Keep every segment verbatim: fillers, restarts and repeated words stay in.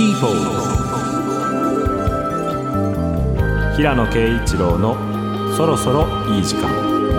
People 平野啓一郎のそろそろいい時間。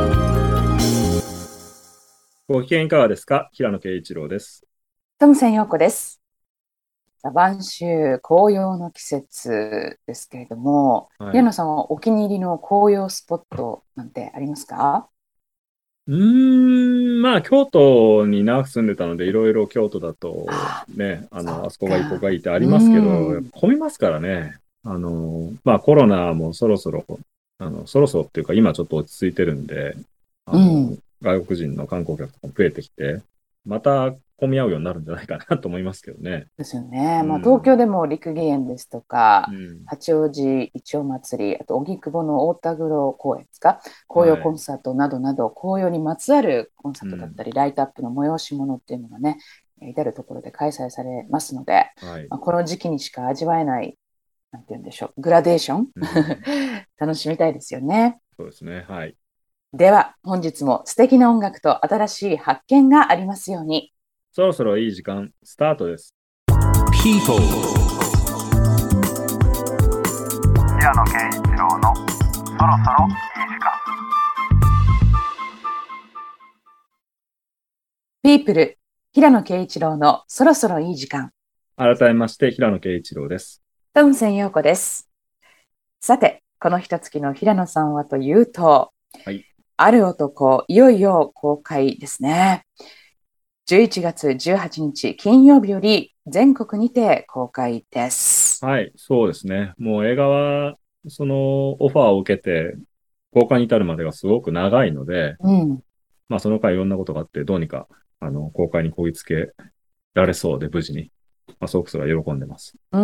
ご機嫌いかがですか？平野啓一郎です。 トムセン陽子です。晩秋紅葉の季節ですけれども、 はい、 平野さんはお気に入りの紅葉スポットなんてありますか？ うーん、まあ京都に長く住んでたので、いろいろ京都だとあね、あの、 そっあそこがいい、ここか。 がいいってあうりますけど、やっん。 ぱ混みますからね。あの、まあコロナもそろそろ、あの、そろそろっていうか今ちょっと落ち着いてるんで、あの、 うん。 外国人の観光客とかも増えてきて、また混み合うようになるんじゃないかなと思いますけどね。 ですよね。まあ、東うん。 京でも六義園ですとか、 うん。 八王子イチョウ祭り、あと荻窪の大田黒公園ですか、紅葉はい。 コンサートなどなど、紅葉にまつわるコンサうん。 ートだったり、ライトアップの催し物っていうのがね、至るところで開催されますので、 はい。 まあ、この時期にしか味わえない、なんて言うんでしょう、グラデーションうん。 楽しみたいですよね。 そうですね。はい。 では、本日も素敵な音楽と新しい発見がありますように。 そろそろいい時間、スタートです。 People 平野啓一郎のそろそろいい時間。 ピープル、平野啓一郎のそろそろいい時間。 改めまして、平野啓一郎です。 トムセン陽子です。さて、この一月の平野さんはというと、 はい。 ある男、いよいよ公開ですね。じゅういちがつじゅうはちにち金曜日より全国にて公開です。 はい、そうですね。もう映画は、そのオファーを受けて、公開に至るまでがすごく長いので、 うん。 まあその間いろんなことがあって、どうにか、あの、公開にこぎつけられそうで、無事に。まあ、すごくそれは喜んでます。 うん。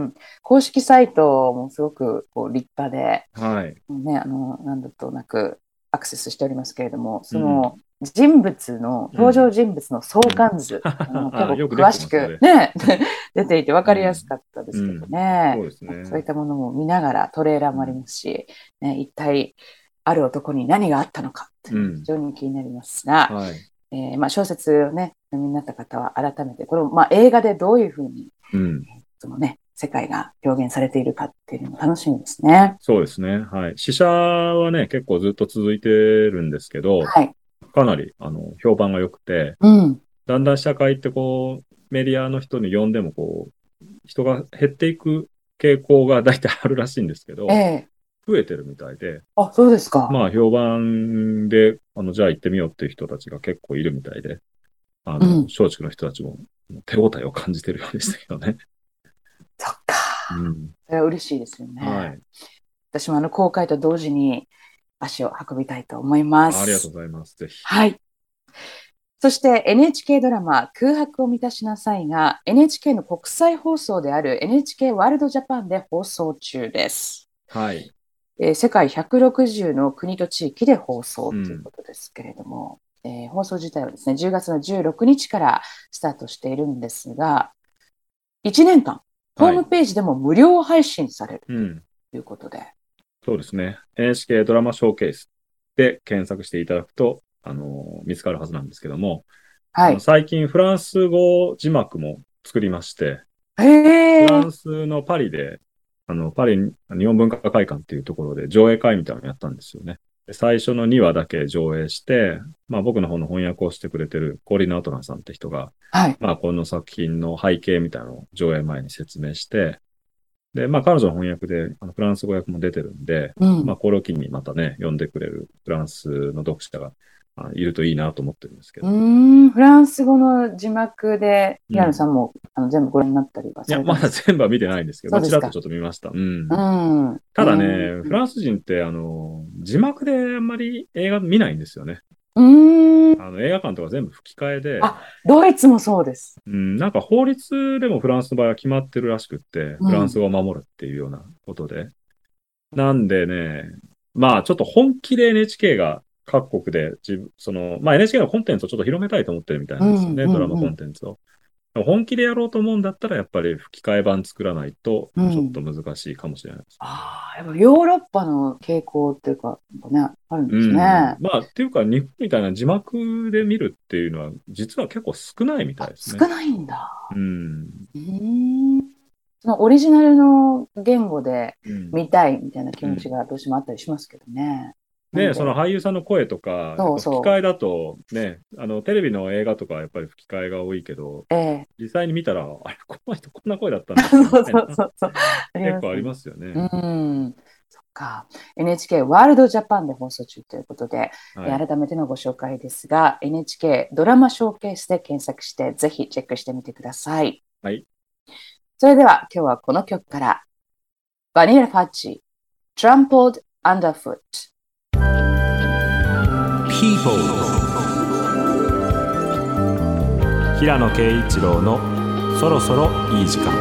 公式サイトもすごくこう立派で、 はい。 ね、あの、何度となくアクセスしておりますけれども、 うん。 その人物の、登場うん。 人物の相うん。 関図、あの結あ、 構よくでき詳しくてますよね。 ね、出ていて分かりやすうん。 かったですけどうん。そね、 うですね。 そういったものも見ながらトレーラーもありうん。 ますし、ね、一体ある男に何があったのかっていうのも非うん。 常に気になりますが、 はい。 えーまあ、小説をね、読みになった方は改めて、この、まあ、映画でどういうふうに、 うん。 そのね、世界が表現されているかっていうのも楽しみですね。 そうですね。はい。試写はね、結構ずっと続いてるんですけど、 はい。 かなり、あの、評判が良くて、 うん。 だんだん社会ってこう、メディアの人に呼んでもこう、人が減っていく傾向が大体あるらしいんですけど、 ええ。 増えてるみたいで、 あ、そうですか。 まあ評判で、あの、じゃあ行ってみようっていう人たちが結構いるみたいで、あの、 うん。 松竹の人たちも手応えを感じてるようでしたけどね。 そっか。 うん。 それは嬉しいですよね。 はい。 私もあの公開と同時に足を運びたいと思いまありがとうす。 ございます。ぜひ。 はい。そして エヌエイチケー ドラマ空白を満たしなさいが エヌエイチケー の国際放送である エヌエイチケー ワールドジャパンで放送中です。 はい。 えー世界ひゃくろくじゅうの国と地域で放送といううん。 ことですけれども、えー放送自体はですね、じゅうがつのじゅうろくにちからスタートしているんですが、いちねんかん、ホーはい。 ムページでも無料配信されるうん。 ということで。 そうですね。エヌエイチケー ドラマショーケースで検索していただくと、あの、見つかるはずなんですけども、あの、 はい。 最近フランス語字幕も作りまして、 へえ。 フランスのパリで、あの、パリ日本文化会館っていうところで上映会みたいなのをやったんですよね。で最初のにわだけ上映して、まあ僕の方の翻訳をしてくれてるコーリナ・アトランさんって人が、 はい。 まあこの作品の背景みたいなのを上映前に説明して、で、まあ彼女の翻訳であのフランス語訳も出てるんで、 うん。 まあこれを機にまたね、読んでくれるフランスの読者があいるといいなと思ってるんですけうーど。 ん、フランス語の字幕で、 うん。 平野さんもあの全部ご覧になったりはいや、まだされたんですか？ 全部は見てないんですけど、まあ、 そうですか。 ちらっとちょっと見ました。うん。 うん。 ただえね、フランス人って、あの、字幕であんまり映画見ないんですよね。 ー、うーん。 あの、映画館とか全部吹き替えで、 あ、ドイツもそうです。 うん、なんか法律でもフランスの場合は決まってるらしくって、フランスうん。 語を守るっていうようなことで。なんでね、まあちょっと本気で エヌエイチケー が各国で自分、その、まあ エヌエイチケー のコンテンツをちょっと広めたいと思ってるみたいうん、 なんですよね、 うん、 ドラマコンうん。 テンツを。本気でやろうと思うんだったら、やっぱり吹き替え版作らないと、ちょっとうん。 難しいかもしれないですね。 ああ、やっぱヨーロッパの傾向っていうか、なんかね、あるんうですん。 ね。 まあ、っていうか、日本みたいな字幕で見るっていうのは、実は結構少ないみたいあ、 ですね。 少ないんだ。 うん。 うーん。 のオリジナルの言語でうん見たいみたいな気持ちがどうしてもあったりしますけどね。なんね、 でその俳優さんの声とか、 そうそう吹き替えだと、ね、あの、テレビの映画とかはやっぱり吹き替えが多いけど、 ええ実際に見たら、あれ、この人こんな声だったんだそうそうみたいなそうそう。 結構ありすますよね。 ね。うん。そっか。エヌエイチケー ワールドジャパンで放送中ということで、 はいえ改めてのご紹介ですが、エヌエイチケー ドラマショーケースで検索して、ぜひチェックしてみてください。 はい。 それでは今日はこの曲から、バニラファッジ、Trampled Underfoot。 People 平野啓一郎のそろそろいい時間。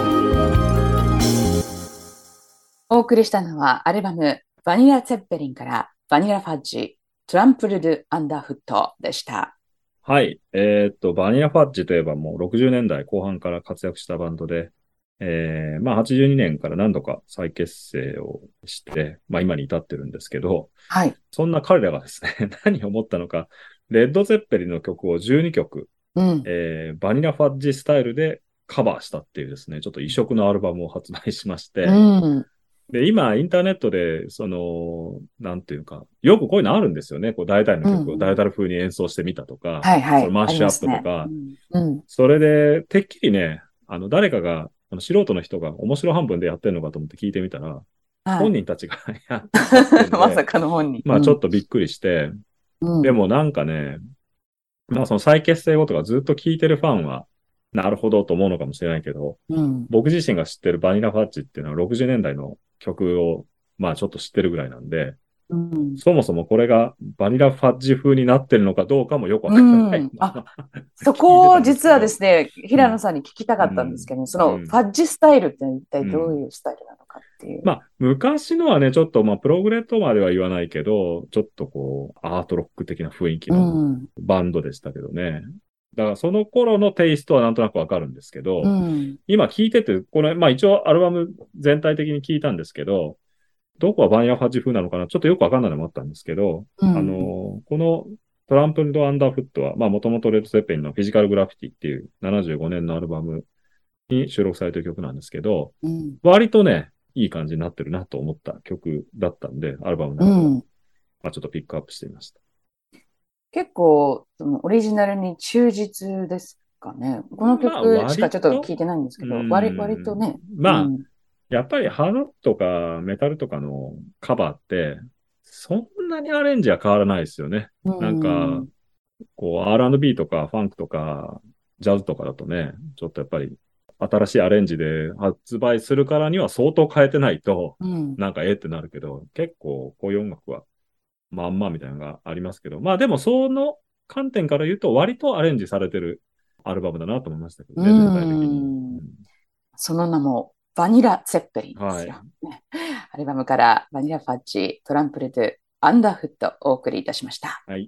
お送りしたのはアルバムバニラ・ツェッペリンからバニラ・ファッジ、トランプルド・アンダーフットでした。 はい。えーっと、バニラファッジといえばもうろくじゅうねんだいこう半から活躍したバンドで、えー、まあはちじゅうにねんから何度か再結成をして、まあ今に至ってるんですけど、 はい。 そんな彼らがですね、何を思ったのか、レッド・ゼッペリンの曲をじゅうにきょく、 うん。 えーバニラファッジスタイルでカバーしたっていうですね、ちょっと異色のアルバムを発売しまして、 うん。 で、今、インターネットで、その、なんていうか、よくこういうのあるんですよね。こう、誰々の曲を誰々風に演奏してみたとか、 はいはい。 そのマッシュアップとありか、 ますね。うん。 それで、てっきりね、あの、誰かが、あの素人の人が面白半分でやってるのかと思って聞いてみたら、 はい。 本人たちがやってたっていうのまで、 さかの本人。 まあちょっとびっくりして、 うん、 でもなんかね、まあその再結成後とかずっと聞いてるファンは、なるほどと思うのかもしれないけど、 うん、 僕自身が知ってるバニラファッジっていうのはろくじゅうねんだいの曲を、まあちょっと知ってるぐらいなんで、 うん。 そもそもこれがバニラファッジ風になってるのかどうかもよくわからない。 うんあそこを実はですね、平野さんに聞きたかったんですけど、そのうんファッジスタイルって一体どういうスタイルなのかっていう。 まあ、昔のはね、ちょっと、まあ、プログレとまでは言わないけど、ちょっとこう、アートロック的な雰囲気うのん、 バンドでしたけどね。だから、その頃のテイストはなんとなくわかるんですけど、 うん、 今聞いてて、これ、まあ一応アルバム全体的に聞いたんですけど、どこはバニラファッジ風なのかなちょっとよくわかんないのもあったんですけど、 うんあの、このトランプルド・アンダーフットは、まあもともとレッド・ゼッペリンのフィジカル・グラフィティっていうななじゅうごねんのアルバムに収録されてる曲なんですけど、 うん、 割とね、いい感じになってるなと思った曲だったんで、アルバムのう中では、 ん。 まあちょっとピックアップしてみました。 結構、そのオリジナルに忠実ですかね。このまあ曲しかちょっと聞いてないんですけど、 うん割割とね。 まあ、 うんやっぱりハードロックとかメタルとかのカバーって、そんなにアレンジは変わらないですよね。なんか、こう アールアンドビー とかファンクとかジャズとかだとね、ちょっとやっぱり新しいアレンジで発売するからには相当変えてないと、 うんなんかええってなるけど、結構こういう音楽はまんまみたいなのがありますけど、まあでもその観点から言うと割とアレンジされてるアルバムだなと思いましたけどね、 うん全体的に。 その名もバニラ・ツェッペリンですよ、 はいね。アルバムからバニラ・ファッジ、トランプルド、アンダーフットをお送りいたしました。 はい。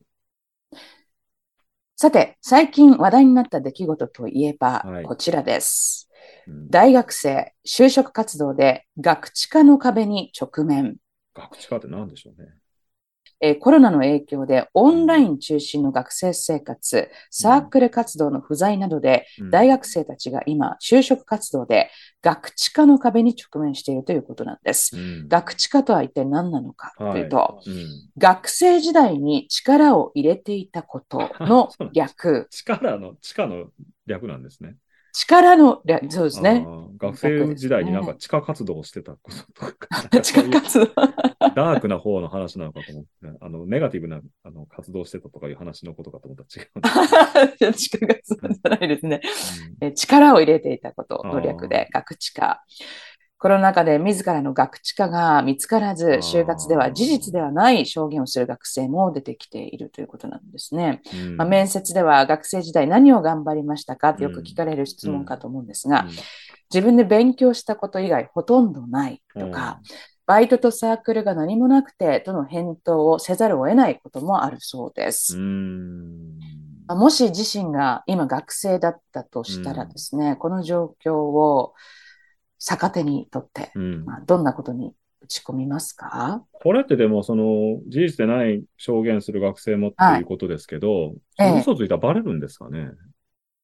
さて、最近話題になった出来事といえば、 はいこちらです。 うん大学生、就職活動で学知化の壁に直面。 学知化って何でしょうね。 えーコロナの影響でオンライン中心の学生生活、サークル活動の不在などで、 うん大学生たちが今、就職活動で学知化の壁に直面しているということなんです。 うん学知化とは一体何なのかというと、 はいうん学生時代に力を入れていたことの略、 力の、地下の略なんですね。 力の略、そうですね。 あー学生時代になんか地下活動をしてたこととか、 地下活動。 ダークな方の話なのかと思って、あの、ネガティブなあの活動をしてたとかいう話のことかと思ったら違う。 地下活動じゃないですね。 うんえ力を入れていたことの略で、学知化。コロナ禍で自らの学知化が見つからず、 ー就活では事実ではない証言をする学生も出てきているということなんですね。 うんまあ、面接では学生時代何を頑張りましたかってよく聞かれる質問かと思うんですが、自分で勉強したこと以外ほとんどないとか、バイトとサークルが何もなくてとの返答をせざるを得ないこともあるそうでうす。 んまあもし自身が今学生だったとしたらですね、この状況を逆手にとって、 うんまあ、どんなことに打ち込みますか？ これってでも、その、事実でない証言する学生もっていうことですけど、 ええ嘘ついたらバレるんですかね。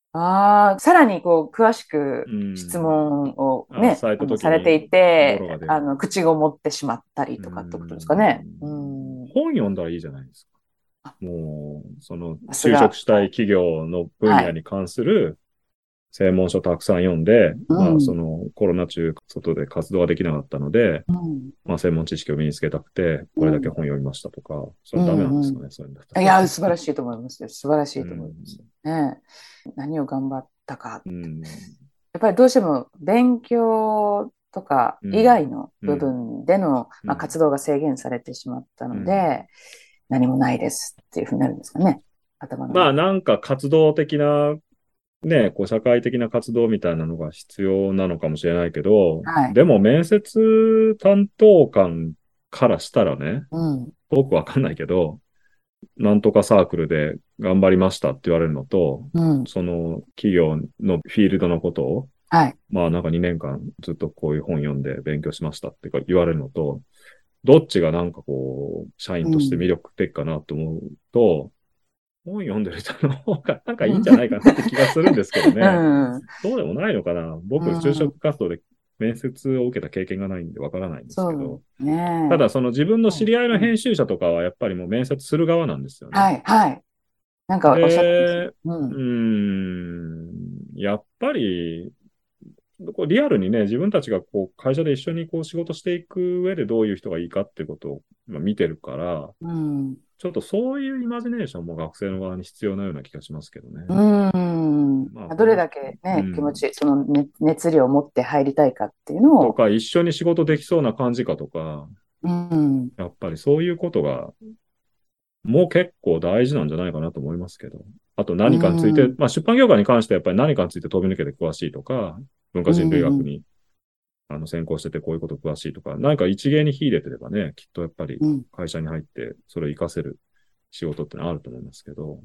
ああ、さらにこう詳しくうん質問をあね、 された時にされていボロてが出、るあの、口を持ってしまったりとかってことですかね。ううんん。 本読んだらいいじゃないですあか。もう、その、 さすが就職したい企業の分野に関する専門書たくさん読んで、 うんまあ、その、コロナ中、外で活動はできなかったので、 うん。 まあ、専門知識を身につけたくて、これだけ本読みましたとか、それはダメなんですかね、そういうんだったら。 いや、素晴らしいと思いますよ。素晴らしいと思います。 うんねえ、何を頑張ったか。 うんやっぱりどうしても勉強とか以外の部分での、 うんまあ、活動が制限されてしまったので、 うん何もないですっていうふうになるんですかね。頭の中。 まあ、なんか活動的な、ね、こう社会的な活動みたいなのが必要なのかもしれないけど、 はい。 でも面接担当官からしたらね、 うん。 僕わかんないけど、なんとかサークルで頑張りましたって言われるのと、 うん。 その企業のフィールドのことを、 はい。 まあなんかにねんかんずっとこういう本読んで勉強しましたってか言われるのと、どっちがなんかこう、社員として魅力的かなと思うと、本読んでる人の方がなんかいいんじゃないかなって気がするんですけどね。 うん。 そうでもないのかな。僕、 うん就職活動で面接を受けた経験がないんでわからないんですけそど、 うね。 ただその自分の知り合いの編集者とかはやっぱりもう面接する側なんですよね。 はい、はい。なんかおっしゃってで、 ます。う。 うんーん、やっぱり、こうリアルにね、自分たちがこう会社で一緒にこう仕事していく上でどういう人がいいかっていうことをまあ見てるから、 うん。 ちょっとそういうイマジネーションも学生の側に必要なような気がしますけどね。 うん。 まあどれだけね、 うん気持ち、その熱熱量を持って入りたいかっていうのを、 とか、一緒に仕事できそうな感じかとか、 うん。 やっぱりそういうことが、もう結構大事なんじゃないかなと思いますけど。あと何かについて、 うんまあ出版業界に関してはやっぱり何かについて飛び抜けて詳しいとか、文化人類学に、あの専攻しててこういうこと詳しいとか、何か一芸に秀でてればね、きっとやっぱりうん。 会社に入ってそれを活かせる仕事ってのはあると思いますけど。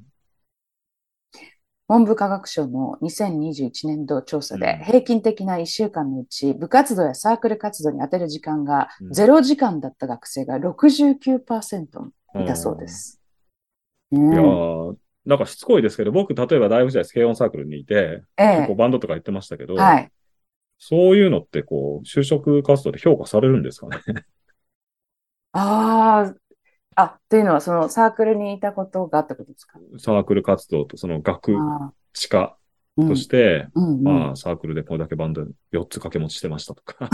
文部科学省のにせんにじゅういちねん度調査で、 うん平均的ないっしゅうかんのうち、部活動やサークル活動に当てる時間がうんゼロじかんだった学生が ろくじゅうきゅうパーセント いたそうです。 いねやー、なんかしつこいですけど、僕、例えば大学時代、軽音サークルにいて、 え結構バンドとかやってましたけど、 はい。 そういうのってこう、就職活動で評価されるんですかね。 ああ、あ、というのは、そのサークルにいたことがあったことですか？ サークル活動とその学あ知化ーとして、 うん、うん、うん。 まあ、サークルでこれだけバンドよっつ掛け持ちしてましたとか、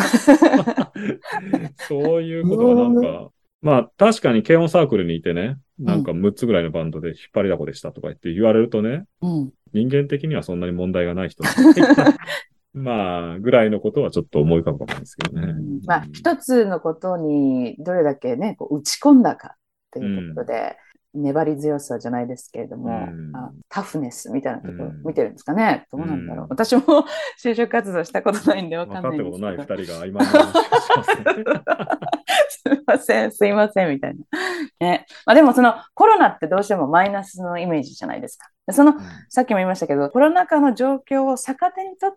そういうことがなんか、まあ、確かに軽音サークルにいてね、なんかむっつぐらいのバンドで引っ張りだこでしたとか言って言われるとね、 うん。 人間的にはそんなに問題がない人なんじゃないかなまあ、ぐらいのことはちょっと思い浮かぶかもないですけどね。 まあ、一つのことにどれだけね、こう打ち込んだかっていうところで、粘り強さじゃないですけれども、 うんあタフネスみたいなところうん見てるんですかね。どうなんだろう。 うん私も就職活動したことないんでわかんないんですけど。 分かったことない二人が今の話をしますね。 すいません、すいません、みたいな。ね。まあでもそのコロナってどうしてもマイナスのイメージじゃないですか。でその、さっきも言いましたけど、コロナ禍の状況を逆手にとって、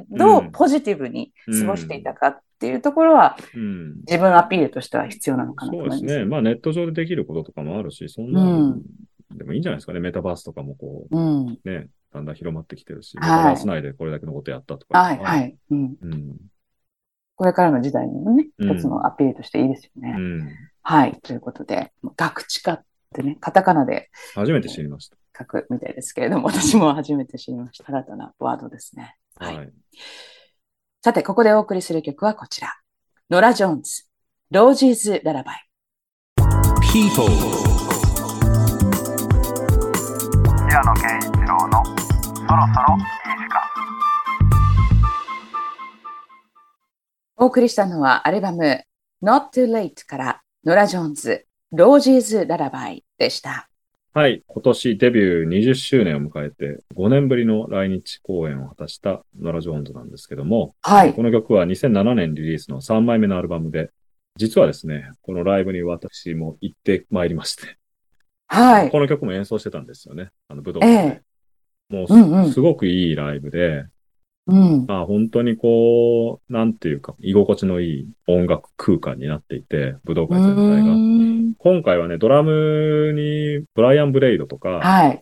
どうポジティブに過ごしていたかっていうところは、 うん自分アピールとしては必要なのかなとそう思います。 ですね。まあネット上でできることとかもあるし、そんなのでもいいんじゃないですかね。メタバースとかもこう、 うん。 ね、だんだん広まってきてるし、 はいメタバース内でこれだけのことやったとか。 はい、はい。うん。 うん。 これからの時代のね、 うん一つのアピールとしていいですよね。 うん。 はい。ということで、学知化ってね、カタカナで初めて知りました。 書くみたいですけれども、私も初めて知りました。新たなワードですね。は。 はいい。 さて、ここでお送りする曲はこちら。ノラ・ジョーンズ、ロージーズ・ララバイ。 People 平野啓一郎のそろそろいい時間。 お送りしたのはアルバム Not Too Late からノラ・ジョーンズ、ロージーズ・ララバイでした。 はい。今年デビューにじゅっしゅうねんを迎えて、ごねんぶりの来日公演を果たしたノラ・ジョーンズなんですけども、 はい。 この曲はにせんななねんリリースのさんまいめのアルバムで、実はですね、このライブに私も行ってまいりまして、 はい。 この曲も演奏してたんですよね。あの武道館で。 ええ。 もうす、 うんうんすごくいいライブで、 うん。 まあ本当にこう、なんていうか、居心地のいい音楽空間になっていて、武道館全体が。 うーん今回はね、ドラムにブライアン・ブレイドとか、 はい。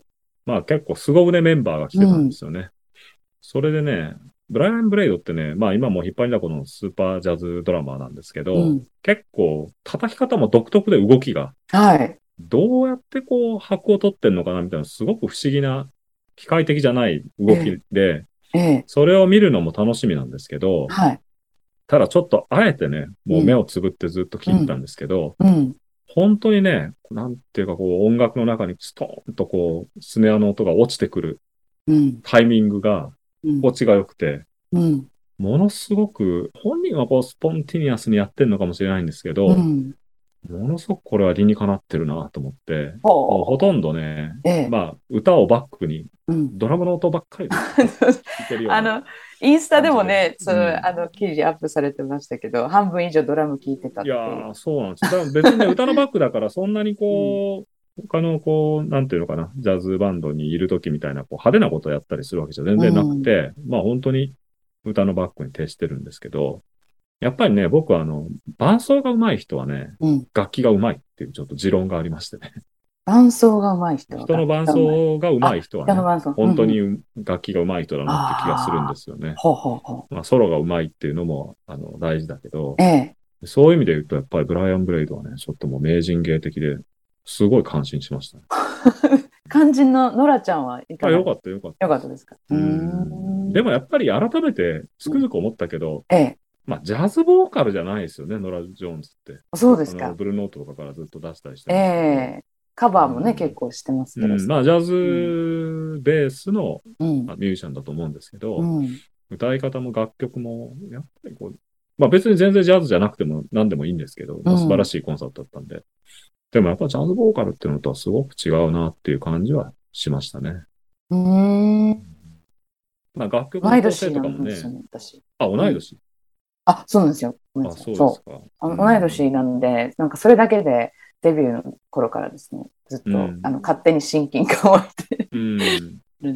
まあ結構凄腕メンバーが来てたんですよね。うん、それでね、ブライアン・ブレイドってね、まあ今もう引っ張りだこのスーパージャズドラマーなんですけど、うん、結構叩き方も独特で動きが、 はい、 どうやってこう拍を取ってんのかなみたいな、すごく不思議な、機械的じゃない動きで、 ええ、 それを見るのも楽しみなんですけど、 はい、 ただちょっとあえてね、もう目をつぶってずっと聞いてたんですけど、 うんうん、 本当にね、なんていうかこう音楽の中にストーンとこうスネアの音が落ちてくるタイミングが心地が良くて、 うんうん、 ものすごく本人はこうスポンティニアスにやってるのかもしれないんですけど、うん、ものすごくこれは理にかなってるなと思って、もうほとんどね、ええ、まあ歌をバックにドラムの音ばっかりで聞いてるような。 あのインスタでもね、そう、うん、あの記事アップされてましたけど、半分以上ドラム聴いてたっていう。 いやー、そうなんです。だから別にね、歌のバックだからそんなにこう、うん、他のこう、なんていうのかな、ジャズバンドにいるときみたいなこう派手なことをやったりするわけじゃ全然なくて、うん、まあ本当に歌のバックに徹してるんですけど、やっぱりね、僕はあの、伴奏が上手い人はね、うん、楽器が上手いっていうちょっと持論がありましてね。 伴奏が上手い人は人の伴奏が上手い人はね、本当に楽器が上手い人だなって気がするんですよね。 ほうほうほう、 まあ、ソロが上手いっていうのもあの大事だけど、 ええ、 そういう意味で言うと、やっぱりブライアン・ブレイドはね、ちょっともう名人芸的で、すごい感心しましたね。 肝心のノラちゃんはいかがですか？ あ、よかったよかった。 よかったですか。うーん。でもやっぱり改めてつくづく思ったけど、 ええ、 まあ、ジャズボーカルじゃないですよね、ノラ・ジョーンズって。 そうですか。 あのブルーノートとかからずっと出したりしてますけど。 ええ、カバーもね、うん、結構してますけど。 うん、まあ、ジャズベースの、うん、ミュージシャンだと思うんですけど、うん、歌い方も楽曲も、やっぱりこう、まあ別に全然ジャズじゃなくても何でもいいんですけど、まあ、素晴らしいコンサートだったんで。でもやっぱジャズボーカルっていうのとはすごく違うなっていう感じはしましたね。 うーん。 まあ楽曲の構成とかもね。 ね、私。 あ、同い年。 あ、そうなんですよ。 あ、そうですか。 そう同い年なんで、なんかそれだけでデビューの頃からですね、ずっと、うん、あの勝手に親近感を湧いて、 うん、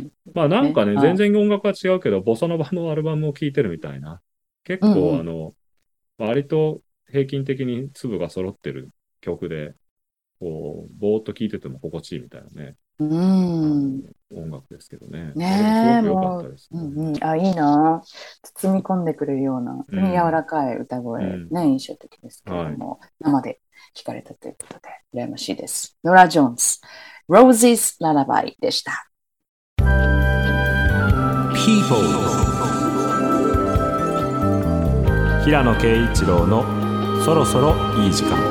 まあなんかね、ね、全然音楽は違うけど、ボサノバのアルバムを聴いてるみたいな。結構、うんうん、あの、割と平均的に粒が揃ってる曲で、こう、ぼーっと聴いてても心地いいみたいなね。 うん。 音楽ですけどね。 ねえ、 すごく良かったですね。 うんうん、あ、いいな。包み込んでくれるような、本当に柔らかい歌声、うん、ね、印象的ですけれども、はい、生で聴かれたということで、羨ましいです。ノラ・ジョーンズ、Rosie's Lullaby でした。 People 平野啓一郎のそろそろいい時間。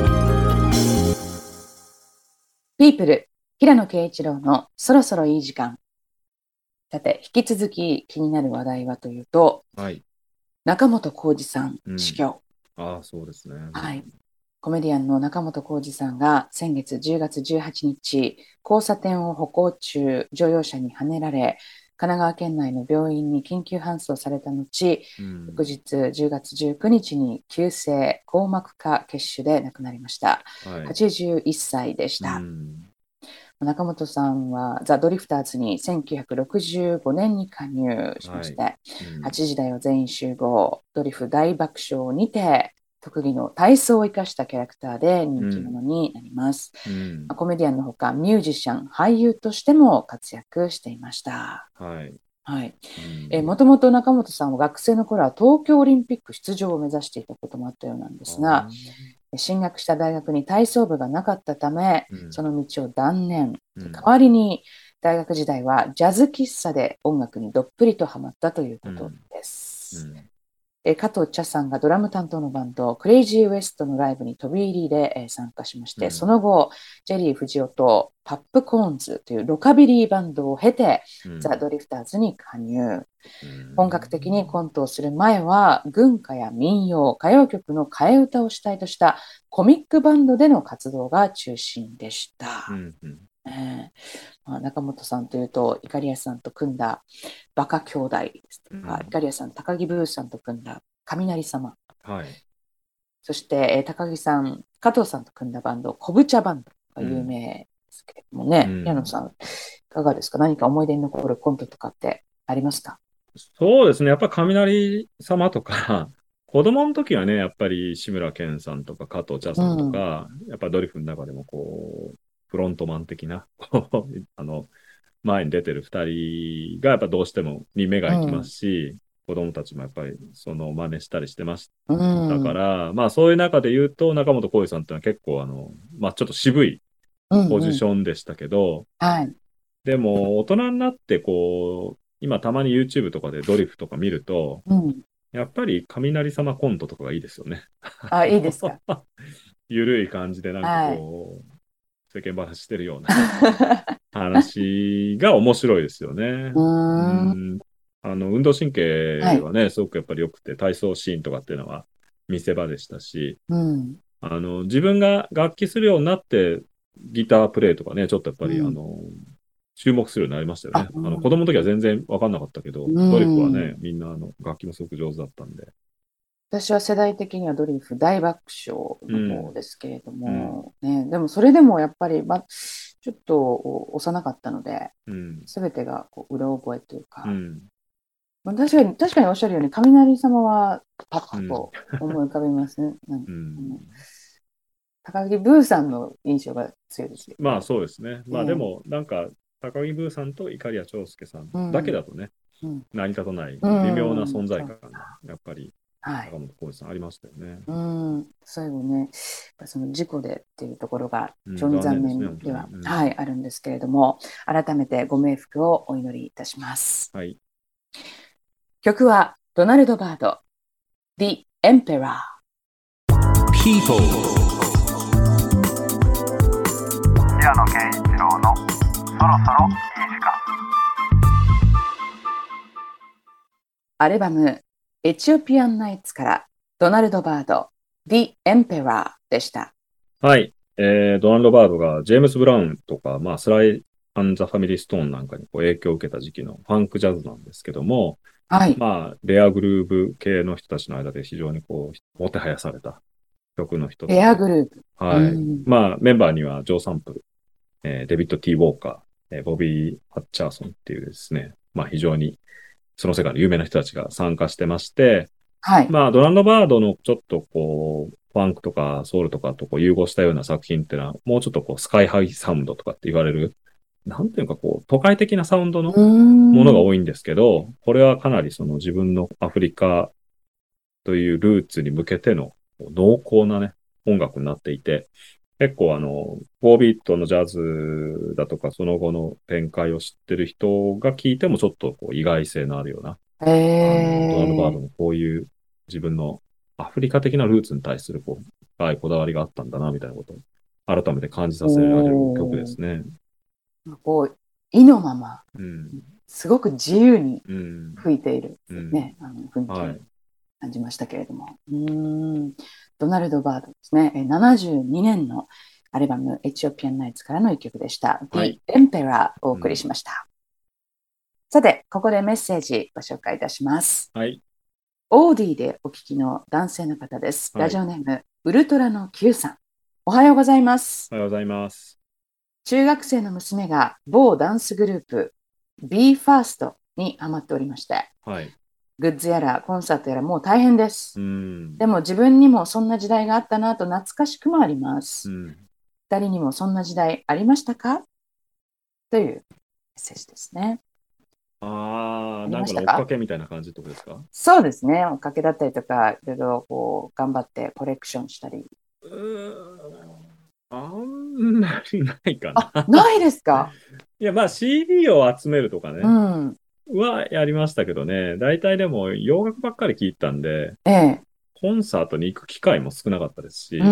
People 平野啓一郎のそろそろいい時間。さて、引き続き気になる話題はというと、 はい、 中本浩二さん、うん、死去。 ああ、そうですね。 はい。コメディアンの中本浩二さんが先月じゅうがつじゅうはちにち、交差点を歩行中、乗用車にはねられ、神奈川県内の病院に緊急搬送された後、うん、翌日じゅうがつじゅうくにちに急性硬膜下血腫で亡くなりました。はい、はちじゅういっさいでした。うん、中本さんはザ・ドリフターズにせんきゅうひゃくろくじゅうごねんに加入しまして、はいうん、はちじだよ全員集合、ドリフ大爆笑にて、特技の体操を生かしたキャラクターで人気者になります。うんまあ、コメディアンのほか、ミュージシャン、俳優としても活躍していました。 はいはいうん、もともと中本さんは学生の頃は東京オリンピック出場を目指していたこともあったようなんですが、進学した大学に体操部がなかったため、うん、その道を断念、うん、代わりに大学時代はジャズ喫茶で音楽にどっぷりとハマったということです、うんうん、え加藤茶さんがドラム担当のバンドクレイジーウエストのライブに飛び入りで、えー、参加しまして、うん、その後ジェリー藤尾とパップコーンズというロカビリーバンドを経て、うん、ザ・ドリフターズに加入、うん、本格的にコントをする前は軍歌や民謡、歌謡曲の替え歌を主体としたコミックバンドでの活動が中心でした、うんうんえーまあ、中本さんというとイカリアさんと組んだバカ兄弟ですとか、うん、イカリアさん高木ブーさんと組んだ雷様、 はい、 そして、えー、高木さん加藤さんと組んだバンドコブチャバンドが有名ですけれどもね、うん、矢野さんいかがですか？何か思い出に残るコントとかってありますか？ そうですね、やっぱ雷様とか子供の時はねやっぱり志村けんさんとか加藤茶さんとか、うん、やっぱドリフの中でもこうフロントマン的なあの前に出てる二人がやっぱどうしてもに目が行きますし、子供たちもやっぱりその真似したりしてましたから、うん、まあそういう中で言うと中本浩二さんってのは結構あの、まあちょっと渋いポジションでしたけど、うんうんはい、でも大人になってこう、今たまに YouTube とかでドリフとか見ると、うん、やっぱり雷様コントとかがいいですよね。 あ、いいですか。 ゆるい感じでなんかこう、はい、世間話してるような話が面白いですよね。うんあの運動神経はね、はい、すごくやっぱり良くて、体操シーンとかっていうのは見せ場でしたし、うん、あの自分が楽器するようになってギタープレイとかね、ちょっとやっぱり、うん、あの注目するようになりましたよね。あ、うん、あの子供の時は全然分かんなかったけど、うん、ドリフはね、みんなあの楽器もすごく上手だったんで。 私は世代的にはドリフ大爆笑の方ですけれども、うんね、でもそれでもやっぱり、ま、ちょっと幼かったので、すべ、うん、てがこううろ覚えというか、うんまあ、確かに、確かにおっしゃるように、雷様はパッと思い浮かびますね。うん、高木ブーさんの印象が強いですけど、 ね。まあそうですね。まあでも、なんか、高木ブーさんと碇谷長介さんだけだとね、うん、成り立たない微妙な存在感が、やっぱり、高本浩二さんありましたよね。 うん、最後ね、その事故でっていうところが非常に残念では、うんねうん、はい、あるんですけれども、改めてご冥福をお祈りいたします。はい。曲はドナルド・バード The Emperor People 平野啓一郎のそろそろいい時間。 アルバムエチオピアンナイツからドナルド・バード The Emperor でした。 はい、えー、ドナルド・バードがジェームス・ブラウンとか、まあ、スライ・アン・ザ・ファミリー・ストーンなんかにこう影響を受けた時期のファンクジャズなんですけども、はい、まあ、レアグルーブ系の人たちの間で非常にこう、もてはやされた曲の一つ。 レアグルーブ。 はい。まあ、メンバーにはジョー・サンプル、えー、デビッド・ティー・ウォーカー、えー、ボビー・ハッチャーソンっていうですね、まあ非常にその世界の有名な人たちが参加してまして、はい。まあ、ドランド・バードのちょっとこう、ファンクとかソウルとかとこう融合したような作品っていうのは、もうちょっとこう、スカイハイサウンドとかって言われる、なんていうかこう、都会的なサウンドのものが多いんですけど、これはかなりその自分のアフリカというルーツに向けての濃厚なね、音楽になっていて、結構あの、フォービートのジャズだとか、その後の展開を知ってる人が聞いてもちょっとこう意外性のあるような、あのドナルド・バードのこういう自分のアフリカ的なルーツに対するこう、深いこだわりがあったんだな、みたいなことを改めて感じさせられる曲ですね。 こう、意のまま、うん、すごく自由に吹いている、ね、うん、あの雰囲気を感じましたけれども、はい、うーんドナルド・バードですね、ななじゅうにねんのアルバムエチオピアン・ナイツからの一曲でした。はい、The Emperor をお送りしました。うん、さて、ここでメッセージご紹介いたします。はい、オーディでお聞きの男性の方です。ラジオネーム、はい、ウルトラの Q さん。おはようございます。 おはようございます。 中学生の娘が某ダンスグループ ビーファースト にハマっておりまして、はい、グッズやらコンサートやらもう大変です。うん、でも自分にもそんな時代があったなと懐かしくもあります。うん、二人にもそんな時代ありましたかというメッセージですね。 ああ、なんか追っかけみたいな感じってことですか？ そうですね。追っかけだったりとか、いろいろこう頑張ってコレクションしたり。うーんあんまりないかな。 あ、ないですか？ いや、まあ シーディー を集めるとかね、うん、はやりましたけどね、大体でも洋楽ばっかり聴いたんで、ええ、コンサートに行く機会も少なかったですし、うん、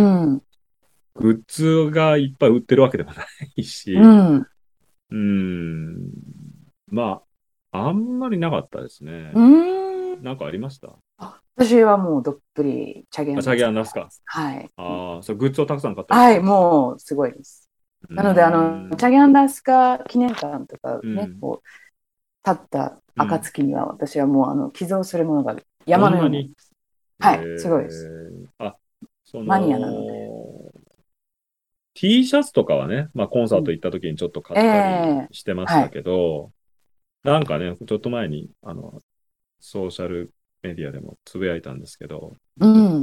グッズがいっぱい売ってるわけでもないし、うん、うーんまあ、あんまりなかったですね。うーんなんかありました？ 私はもうどっぷりチャゲアンダスカ。 チャゲアンダスカ。 はい。 ああ、そうグッズをたくさん買った。 はい、もうすごいです。なので、あの、チャゲアンダスカ記念館とかね、うん、こう、立った暁には、私はもう、あの、寄贈するものが山のように。はい、すごいです。あ、そのマニアなので。 T シャツとかはね、まあ、コンサート行った時にちょっと買ったりしてましたけど、うんえーはい、なんかね、ちょっと前に、あの、ソーシャルメディアでもつぶやいたんですけど、うん、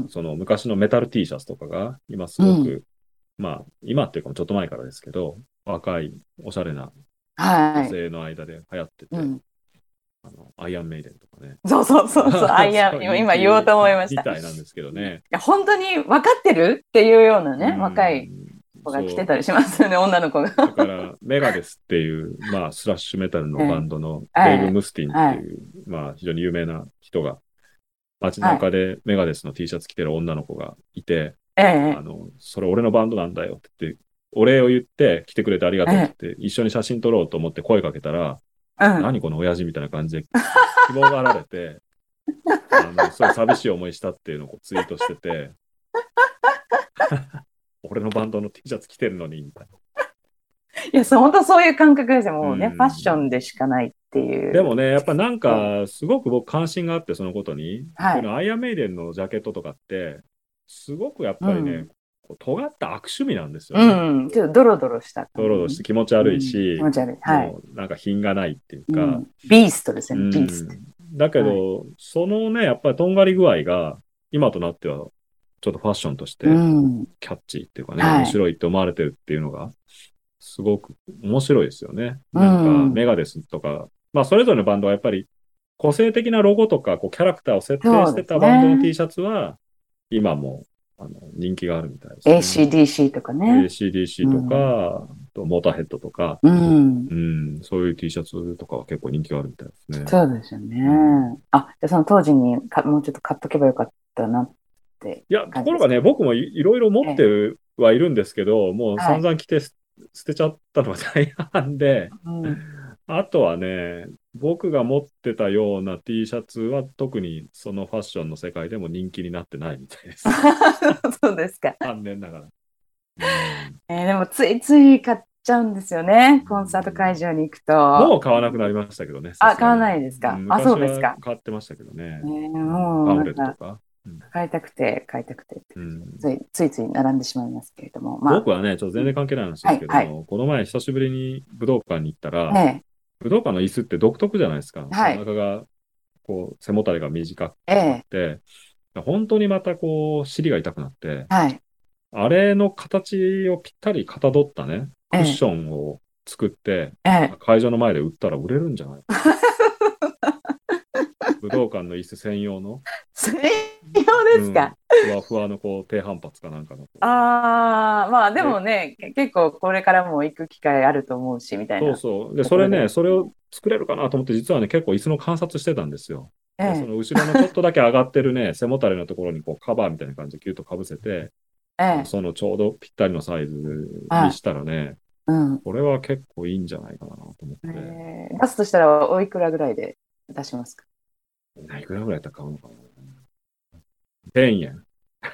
その昔のメタル T シャツとかが今すごく、うん、まあ今っていうかちょっと前からですけど、若いおしゃれなはい。 女性の間で流行ってて、 うん。 あのアイアンメイデンとかね。 そうそうそうそう。アイアン、 そう今言おうと思いましみた。いたいなんですけどね。 や、本当に分かってるっていうようなね、 うん若い子が来てたそうりしますよね、女の子が。 だから、メガデスっていう、まあ、スラッシュメタルのバンドのええデイブ・ムスティンってはい。 いう、まあ、非常に有名な人が、街はい。 中でメガデスの T シャツ着てる女の子がいて、 ええあの、それ俺のバンドなんだよって言って、お礼を言って来てくれてありがとうって言って、一緒に写真撮ろうと思って声かけたら、 うん。 何この親父みたいな感じで、希望がられて、あの、すごい寂しい思いしたっていうのをツイートしてて、俺のバンドの T シャツ着てるのに、みたいな。 いや、そう、本当そういう感覚ですよ。もうね、 うんファッションでしかないっていう。 でもね、やっぱなんそう。 か、すごく僕関心があって、そのことに。 はい。 このアイアンメイデンのジャケットとかって、すごくやっうぱりね、 ん。 こう尖った悪趣味なんですようね。 ん。ちょっとドロドロしたドロドロ感じね。 して気持ち悪いうん。気し、 持ち悪い。はい。 もうなんか品がないっていうか、 うん。ビーストですうよね、ビースト。 ん。だけはい。 ど、そのね、やっぱりとんがり具合が、今となっては、ちょっとファッションとしうてん。 キャッチーっていうかね、面はい。 白いって思われてるっていうのが、すごく面白いですよね。 うなんか、 ん。 メガデスとか、まあ、それぞれのバンドはやっぱり、個性的なロゴとか、こう、キャラクターを設定してそうですたバンドの T ね。 シャツは、今も、あの、人気があるみたいですね。 エーシーディーシー とかね。 エーシーディーシー とうん。 か、あとモーターヘッドとか、 うん。 うん、そういう T シャツとかは結構人気があるみたいですね。 そうですよね。 うんあ、じゃあその当時にかもうちょっと買っとけばよかったなっていや、と感じですか？ ころがね、僕もい、いろいろ持ってええ。 はいるんですけど、もう散はい。 々着て捨捨てちゃったのが大半で、 うん。 あとはね、僕が持ってたような T シャツは特にそのファッションの世界でも人気になってないみたいです。 そうですか。 残念ながら。うんえーでもついつい買っちゃうんですよね。 うコンサート会ん場に行くと。 もう買わなくなりましたけどね、さあ、買わすがに。 ないですか。 うんあ、そ昔はうですか。 買ってましたけどね。 えーうんパンフもうなんかレットとか。うん買いたくて買いたくてってうんついついつい並んでしまいますけれども。まあ、 僕はね、ちょっと全然関係ない話ですはい、はい。 けども、この前久しぶりに武道館に行ったら、 え武道館の椅子って独特じゃないですか。 え、はおい、 腹が、こう、背もたれが短くええ、 て、本当にまたこう、尻が痛くなって、 はい、 あれの形をぴったりかたどったね、クええ、 ッションを作って、 ええ。 会場の前で売ったら売れるんじゃない武道館の椅子専用の、 専用ですか？ ふわふわのこう低反発かなんかの。 ああ、まあでで、 もね、け結構これからも行く機会あると思うし、みたいなそうそう。で、 ところで。 それね、それを作れるかなと思って、実はね、結構椅子の観察してたんですよ。で、そええ、 の後ろのちょっとだけ上がってるね、背もたれのところにこうカバーみたいな感じでキュッとかぶせて、 ええ、 そのちょうどぴったりのサイズはい、 にしたらね、 うん。 これは結構いいんじゃないかなと思って。 えー出すとしたらおいくらぐらいで出しますか？ いくらぐらいだったら買うのかな。せんえん。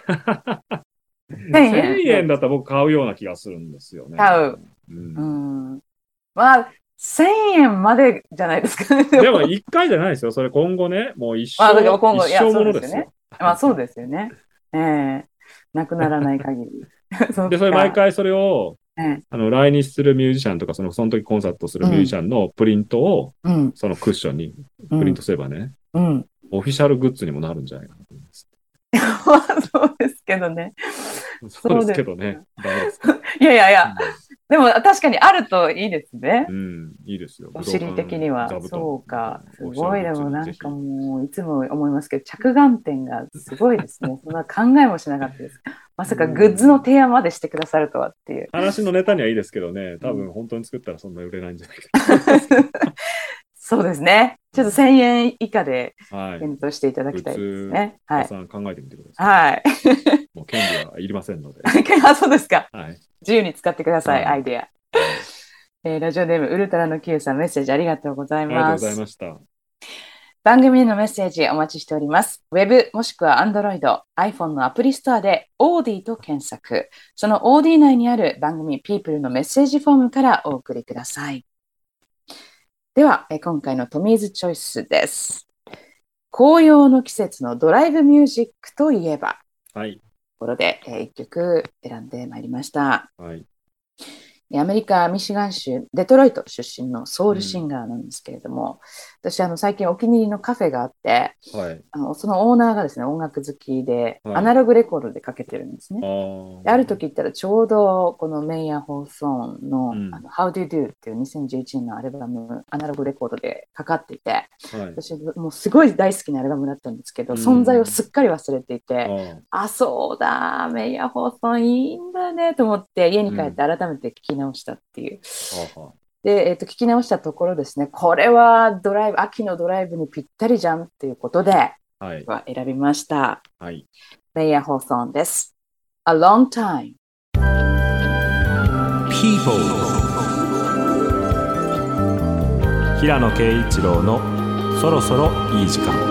1000 1000 円で円だったら僕買うような気がするんですよね。 買う。 ううん、 ん。まあ、せんえんまでじゃないですかね。ででもも、 一回じゃないですよ。それ今後ね、もう一まあ、だから生、 今後、いや、 一生そうですよね。 ものですよ。 まあ、そうですよね。ええなくならない限り。そで、 っそれ毎か。 回それを、 ええあの、来日するミュージシャンとか、その、その時コンサートするミュージシうん、 ャンのプリントを、 うん、 そのクッションにうん、 プリントすればね、 うん。 オフィシャルグッズにもなるんじゃないかなと思います。 まあ、そうですけどね。 そうですそうです。 けどね。ダメですか。 いやいやいや、 うん、 でも確かにあるといいですね。 うん、いいですよ。武道お尻的には。 館座布団、 そうか。すオフィシャルごい、 グッズでもにぜひ。 なんかもう、いつも思いますけど、着眼点がすごいですね。そんな考えもしなかったです。まさかグッズの提案までしてくださるとはっていう。 話のネタにはいいですけどね、多うん分本当に作ったらそんな売れないんじゃないかと思いますけど。 そうですね。ちょっとせんえん以下ではい。 検討していただグッきたいですズ、 ね。は皆い。 さん考えてみてください。 はい。 もう権利はいりませんので。 あ、そうですか。 はい。 自由に使ってください、 はい。 アイデア。 はい。 えーラジオネームウルトラの Q さん、メッセージありがとうございありがとうございます。 ました。 番組へのメッセージお待ちしております。ウェブもしくは Android、iPhone のアプリストアで オーディー と検索。その オーディー 内にある番組 People のメッセージフォームからお送りください。では、えー今回のトミーズチョイスです。紅葉の季節のドライブミュージックといえば、 はい。 ところで、えー、いっきょく選んでまいりました。 はい。 アメリカ・ミシガン州デトロイト出身のソウルシンガーなんですけれども、うん、私あの最近お気に入りのカフェがあって、はい、あのそのオーナーがですね音楽好きで、はい、アナログレコードでかけてるんですね。あ, ある時行ったらちょうどこのメイヤー・ホーソン の,、うん、あの How Do You Do っていうにせんじゅういちねんのアルバムアナログレコードでかかっていて、はい、私もうすごい大好きなアルバムだったんですけど、うん、存在をすっかり忘れていて、あ, あそうだメイヤー・ホーソンいいんだねと思って家に帰って改めて聞き直したっていう、うん、で、えーと、聞き直したところですね、これはドライブ秋のドライブにぴったりじゃんっていうことで、はい、は選びました、はい、メイヤー・ホーソンです。 A Long Time People 平野啓一郎のそろそろいい時間。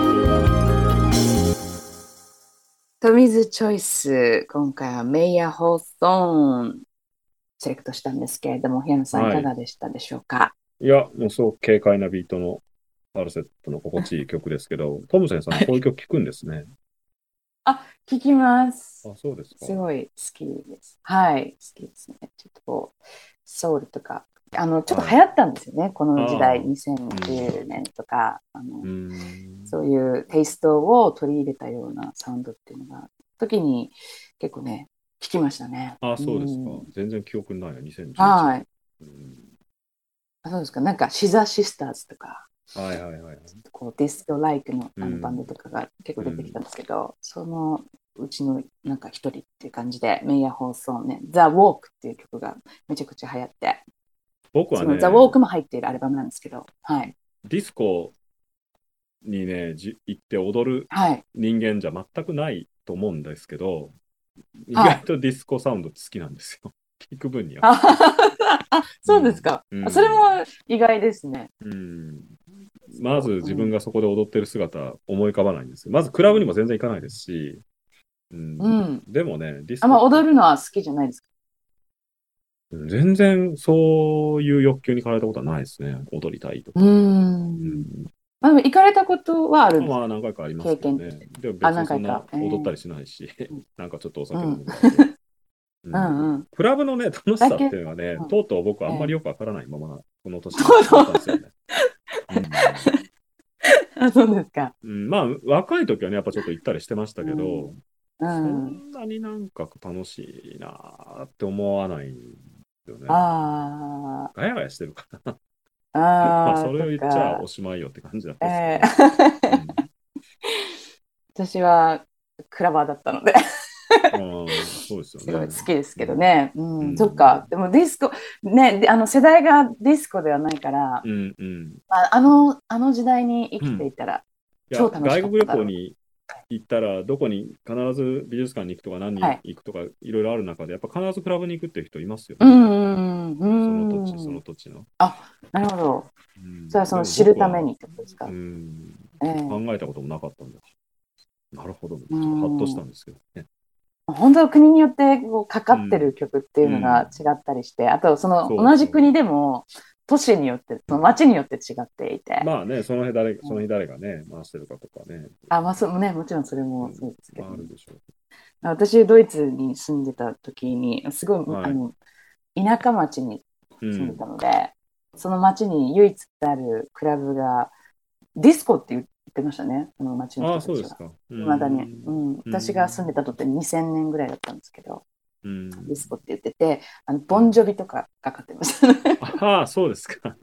トミズチョイス、今回はメイヤー・ホーソンセレクトしたんですけれども、平野さん、はい、いかがでしたでしょうか。 いや、もうすごく軽快なビートのファルセットの心地いい曲ですけど、トムセンさん、こういう曲聴くんですね。 あ、聴きます。 あ、そうですか。 すごい好きです。はい、好きですね。ちょっとこう、ソウルとか、あの、ちょっと流行ったんですよね、はい、この時代、にせんじゅうねんとか、あの、うん、そういうテイストを取り入れたようなサウンドっていうのが、時に結構ね、聞きましたね。 あ、そうですか。うん、全然記憶ないよ、にせんじゅういちねん。はい。うん、 あ、そうですか。なんか、シザーシスターズとか、 はいはいはい。 こうディスコライクのあのバンドとかが結構出てきたんですけど、うん、そのうちのなんか一人っていう感じで、メイヤー放送ね、ザ・ウォークっていう曲がめちゃくちゃ流行って、 僕はね、 ザ・ウォークも入っているアルバムなんですけど、はい。 ディスコにね、じ行って踊る人間じゃ全くないと思うんですけど、はい、意外とディスコサウンド好きなんですよ。聞く分には。 あ、そうですか、うん。それも意外ですね。 うん、まず自分がそこで踊ってる姿思い浮かばないんですよ。まずクラブにも全然行かないですし。うんうん、でもね、 ディスコ。あんま踊るのは好きじゃないですか？ 全然そういう欲求に駆られたことはないですね。踊りたいとか。うん、 うん、あでも行かれたことはあるんですか？ まあ何回かありますけどね。でも別にそんな踊ったりしないし、えー、なんかちょっとお酒飲むぐらいで。うんうん、クラブのね、楽しさっていうのはね、うん、とうとう僕はあんまりよくわからないまま、この年になったんですよね。 あ、そうですか。 うん、まあ、若い時はね、やっぱちょっと行ったりしてましたけど、うん、そんなになんか楽しいなって思わないんですよね。ああ。ガヤガヤしてるから。あまあ、それを言っちゃおしまいよって感じだったんですけど、ね。えーうん、 私はクラバーだったので。 あそうですよね。 すごい好きですけどね。うん、うん、そっか。でもディスコ、ね、あの世代がディスコではないから、うんうんまあ、あの、あの時代に生きていたら、超楽しかった、うん、 外国旅行に行ったら、どこに必ず美術館に行くとか、何に行くとか、はい、いろいろある中で、やっぱ必ずクラブに行くっていう人いますよね。うんうんうん、その土地、その土地の。 あ、なるほど。うん、それはその知るためにってことですか？うん、 えー、考えたこともなかったんです。なるほど。ちょっとハッとしたんですけどね。 本当国によってこうかかってる曲っていうのが違ったりして、うん、あとその同じ国でも都市によってその街によって違っていて、 まあねその日誰その日誰がね回してるかとかね、 あまあそうねもちろんそれもそうですけど、うん、あるでしょう。私ドイツに住んでた時にすごい、はい、あの田舎町に住んでたので、うん、その町に唯一あるクラブがディスコっていう言ってましたね、その町の人たちは。ああ、そうですか。まだね、うん、私が住んでたとってにせんねんぐらいだったんですけど、うん、ディスコって言ってて、あのボンジョビとかかかってましたね。 ああ、そうですか。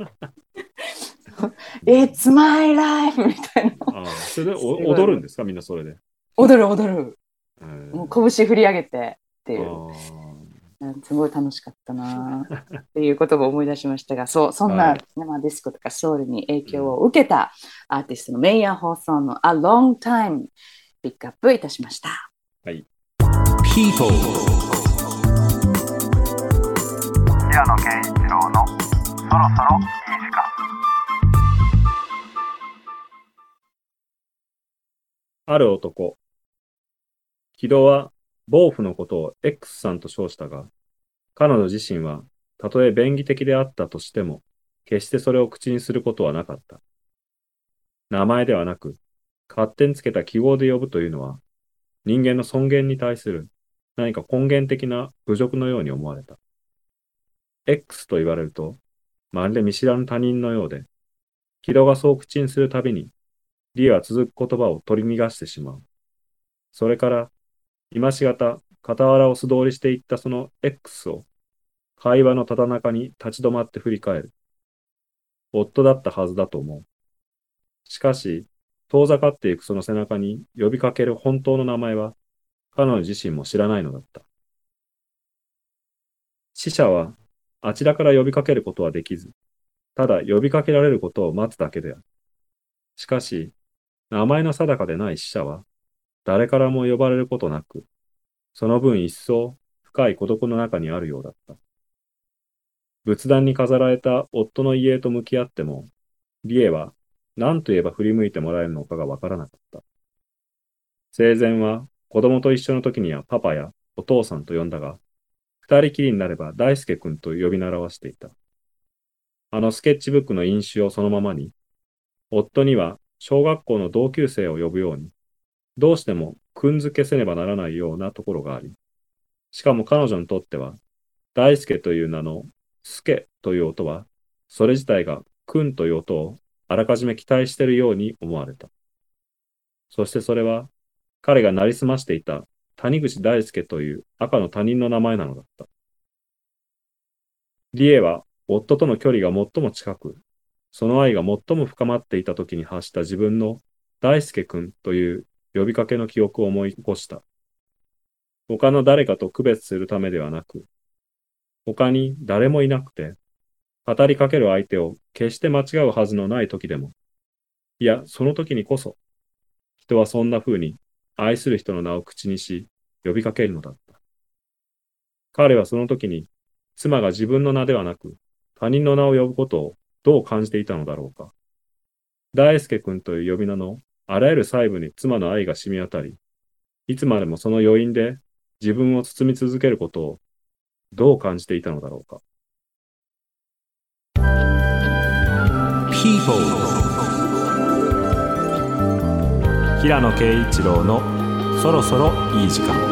It's my life みたいな。 ああ、それで踊るんですか、みんなそれで。 踊る踊る。もう拳振り上げてっていう。すごい楽しかったなっていうことを思い出しましたが、そう、そんな、はい、まあ、ディスコとかソウルに影響を受けたアーティストのメイヤー放送の A Long Time ピックアップいたしました。はい。People 平野啓一郎のそろそろいい時間。 ある男。木戸はボーフのことを X さんと称したが、彼女自身はたとえ便宜的であったとしても、決してそれを口にすることはなかった。名前ではなく、勝手につけた記号で呼ぶというのは、人間の尊厳に対する何か根源的な侮辱のように思われた。 X と言われると、まるで見知らぬ他人のようで、木戸がそう口にするたびに、リエは続く言葉を取り逃がしてしまう。それから、今しがた、傍らを素通りしていったその X を、会話のただ中に立ち止まって振り返る。夫だったはずだと思う。しかし、遠ざかっていくその背中に呼びかける本当の名前は、彼女自身も知らないのだった。死者は、あちらから呼びかけることはできず、ただ呼びかけられることを待つだけである。しかし、名前の定かでない死者は、誰からも呼ばれることなく、その分一層深い孤独の中にあるようだった。仏壇に飾られた夫の遺影と向き合っても、リエは何と言えば振り向いてもらえるのかがわからなかった。生前は子供と一緒の時にはパパやお父さんと呼んだが、二人きりになれば大輔君と呼び習わしていた。あのスケッチブックの印紙をそのままに、夫には小学校の同級生を呼ぶように、どうしてもくんづけせねばならないようなところがあり、しかも彼女にとっては、大輔という名の助という音は、それ自体がくんという音をあらかじめ期待しているように思われた。そしてそれは、彼がなりすましていた谷口大輔という赤の他人の名前なのだった。リエは夫との距離が最も近く、その愛が最も深まっていた時に発した自分の大輔くんという呼びかけの記憶を思い起こした。他の誰かと区別するためではなく、他に誰もいなくて、語りかける相手を決して間違うはずのない時でも、いや、その時にこそ、人はそんな風に愛する人の名を口にし、呼びかけるのだった。彼はその時に、妻が自分の名ではなく、他人の名を呼ぶことをどう感じていたのだろうか。大輔君という呼び名のあらゆる細部に妻の愛が染み渡り、いつまでもその余韻で自分を包み続けることをどう感じていたのだろうか。 People 平野啓一郎のそろそろいい時間。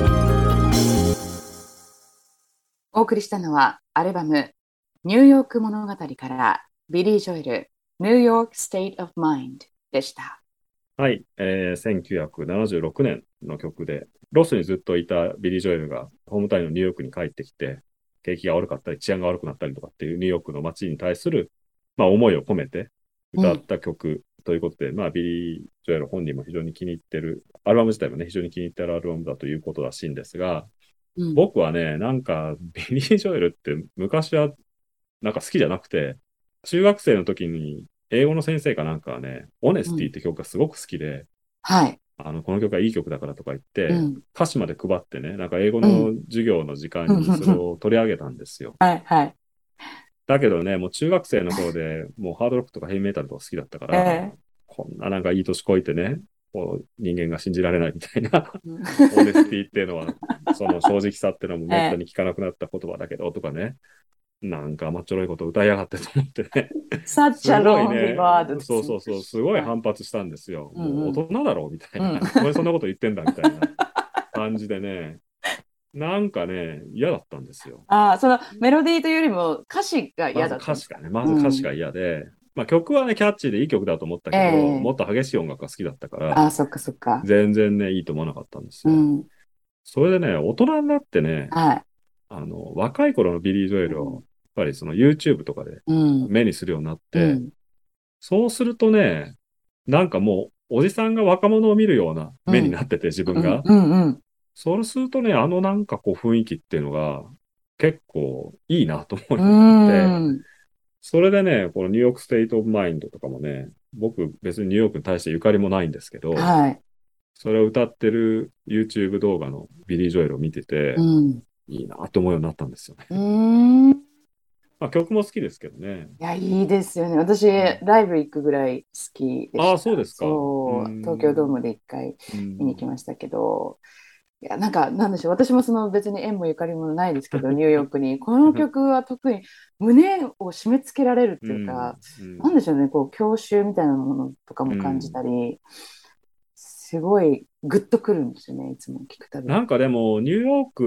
お送りしたのはアルバムニューヨーク物語からビリー・ジョエル New York State of Mind でした。 はい、えー、せんきゅうひゃくななじゅうろくねんの曲で、ロスにずっといたビリー・ジョエルがホームタウンのニューヨークに帰ってきて、景気が悪かったり治安が悪くなったりとかっていうニューヨークの街に対する、まあ、思いを込めて歌った曲ということで、うん、まあビリー・ジョエル本人も非常に気に入ってる、アルバム自体もね非常に気に入ってるアルバムだということらしいんですが、うん、僕はね、なんかビリー・ジョエルって昔はなんか好きじゃなくて、中学生の時に英語の先生かなんかはね、オネスティって曲がすごく好きで、うん、 はい。 あの、この曲はいい曲だからとか言って、 うん、 歌詞まで配ってね、なんか英語の授業の時間にそれを取り上げたんですよ。 はいはい。 だけどね、もう中学生の頃でもうハードロックとかヘイメタルとか好きだったから、えー、こんななんかいい年こいてね、こう人間が信じられないみたいな、オネスティっていうのは、その正直さっていうのもめったに聞かなくなった言葉だけどとかね、なんか甘っちょろいこと歌いやがってと思ってね。 Such a long word。 そうそうそう、すごい反発したんですよ。もう大人だろうみたいな。これそんなこと言ってんだみたいな感じでね。なんかね、嫌だったんですよ。 ああ、そのメロディーというよりも歌詞が嫌だった。 まず歌詞がね、まず歌詞が嫌で、うん、まあ曲はね、キャッチーでいい曲だと思ったけど、えー、もっと激しい音楽が好きだったから、 あ、そっかそっか。 全然ね、いいと思わなかったんですよ。うん、それでね、大人になってね、 はい、 あの、若い頃のビリー・ジョエルを、やっぱりその YouTube とかで目にするようになって、うん、そうするとね、なんかもうおじさんが若者を見るような目になってて、うん、自分が、 うんうんうん、 そうするとね、あのなんかこう雰囲気っていうのが結構いいなと思うようになって、それでね、このニューヨークステイトオブマインドとかもね、僕別にニューヨークに対してゆかりもないんですけど、 はい、 それを歌ってる YouTube 動画のビリー・ジョエルを見てて、うん、いいなと思うようになったんですよね。 うーん、 まあ、曲も好きですけどね。 いや、いいですよね。私、うん、ライブ行くぐらい好きでした。 ああ、そうですか。 そう、東京ドームで一回見に行きましたけど、いや、なんか、なんでしょう。私もその別に縁もゆかりもないですけど、ニューヨークに。この曲は特に胸を締め付けられるっていうか、うんうん、なんでしょうね、こう、郷愁みたいなものとかも感じたり、うん、すごいグッとくるんですよね、いつも聞くたびに。 なんかでも、ニューヨーク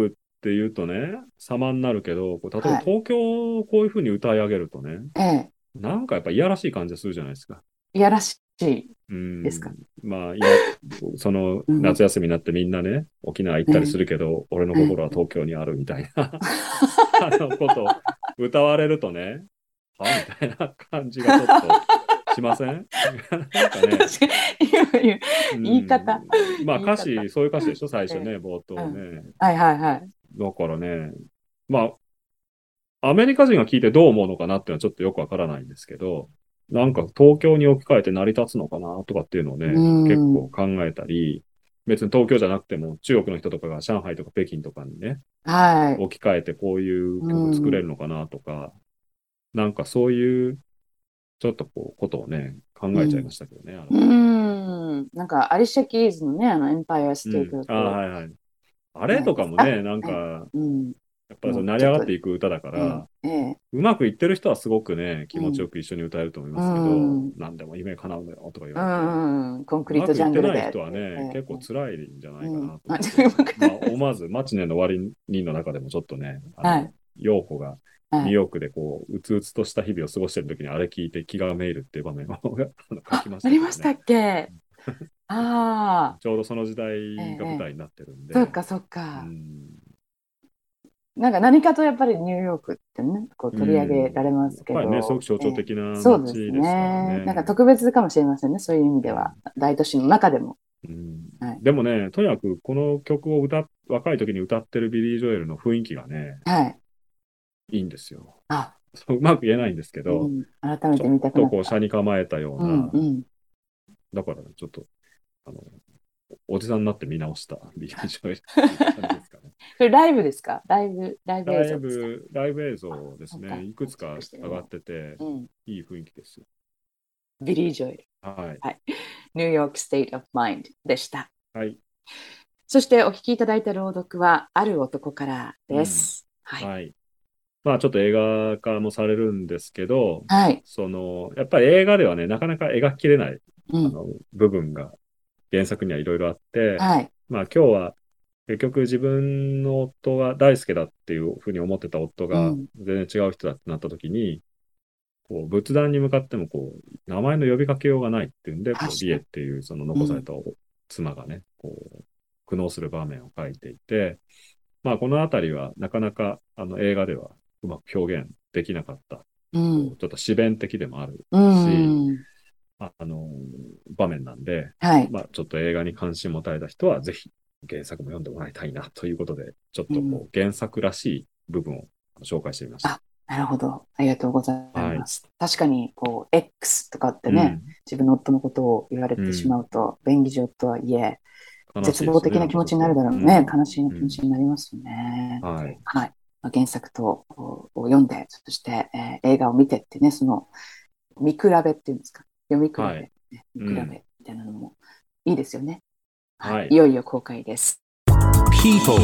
っていうとね、様になるけど、こう例えばはい東京をこういうふうに歌い上げるとね、 ええ、 なんかやっぱいやらしい感じがするじゃないですか。 いやらしいうん。 ですか。 まあ今、そのうん夏休みになってみんなね、沖縄行ったりするけど、俺の心は東京にあるみたいな、あのことを歌われるとね、はみたいな感じがちょっとしませんなんかね、 確かに今言ううん言い方。 まあ歌言い方詞、そういう歌詞でしょ、最初ね、冒頭ね。 はいはいはい。 だからね、まあ、アメリカ人が聞いてどう思うのかなっていうのはちょっとよくわからないんですけど、なんか東京に置き換えて成り立つのかなとかっていうのをね、 うん結構考えたり、別に東京じゃなくても中国の人とかが上海とか北京とかにね、 はい。 置き換えてこういう曲作れるのかなとか、なんかそういうちょっとこうことをね、考えちゃいましたけどね。あうのん。なんかアリシャ・キーズのね、あのエンパイアステートうん、ああ、はいはい。あれとかもね、なんか、 うん。 やっぱりその成り上がっていく歌だから、 ええ。 うまくいってる人はすごくね、気持ちよく一緒に歌えると思いますけど、 うん何でも夢叶うのよとか言うわれて、 ん。うんコンクうまくリートジャングルで。 いってない人はね、 ええ結構辛いんじゃないかなと思うんって。まあ、思わず、マチネの終わりにの中でもちょっとね、あのはい陽子がはいニューヨークでこう、うつうつとした日々を過ごしてる時にあれ聞いて気がめいるっていう場面をあの書きましたけどね、 ありましたっけああ、 ちょうどその時代が舞台になってるんで。 そっかそっうか。 んなんか何かとやっぱりニューヨークってね、こう取り上げられますけど。 やっぱりね、すごく象徴的なええ街そうですですからね。 ね。なんか特別かもしれませんね、そういう意味では。大都市の中でも。 うんはいでもね、とにかくこの曲を歌っ、若い時に歌ってるビリー・ジョエルの雰囲気がね、 はい。 いいんですよ。 あ、 そううまく言えないんですけど、 うん、改めちょったて見くなった。 とこう、車に構えたよううな、 んうん。 だからちょっと、あの、おじさんになって見直したビリー・ジョエルっていう感じですかね。 これライブですかライブ、ライブ映ライ像ですかブ、ライブ映像ですなんかね。いくつか上がってて、 うん。 いい雰囲気ですよ。 ビリー・ジョエル。 はい。 ニューヨーク・ステイト・オブ・マインドでした。 はい。 そしてお聞きいただいた朗読は、ある男からです。はい。 はい。まあちょっと映画化もされるんですけど、 はい。 その、やっぱり映画ではね、なかなか描ききれない、 うん。 あの、部分が原作にはいろいろあって、 はい。 まあ今日は結局自分の夫が大好きだっていうふうに思ってた夫がうん全然違う人だってなった時に、こう仏壇に向かってもこう名前の呼びかけようがないっていうんで、こ確かにうリエっていうその残された妻がね、こう苦悩する場面を書いていて、まあこのあたりはなかなかあの映画ではうまく表現できなかった、 うん。 ちょっと詩弁的でもあるし、 うん。 ああの場面なんで、 はい。 まあ、ちょっと映画に関心持たれた人は、ぜひ原作も読んでもらいたいなということで、ちょっとこう原作らしい部分を紹介してみました。 あなるほど。ありがとうございます。確かに、こう、X とかってね、自分の夫のことを言われてしまうと、便宜上とはいえ、 うん絶望的な気持ちになるだろうね。 うん悲しい気持ちになりますよね。 はい。 はい。まあ原作とを読んで、そして、えー映画を見てってね、その、見比べっていうんですか。読み比べ、 はいね見比べみたいなのもいいですよね。 はいいよいよ公開です。 People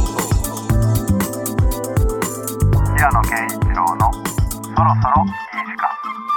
平野啓一郎のそろそろいい時間。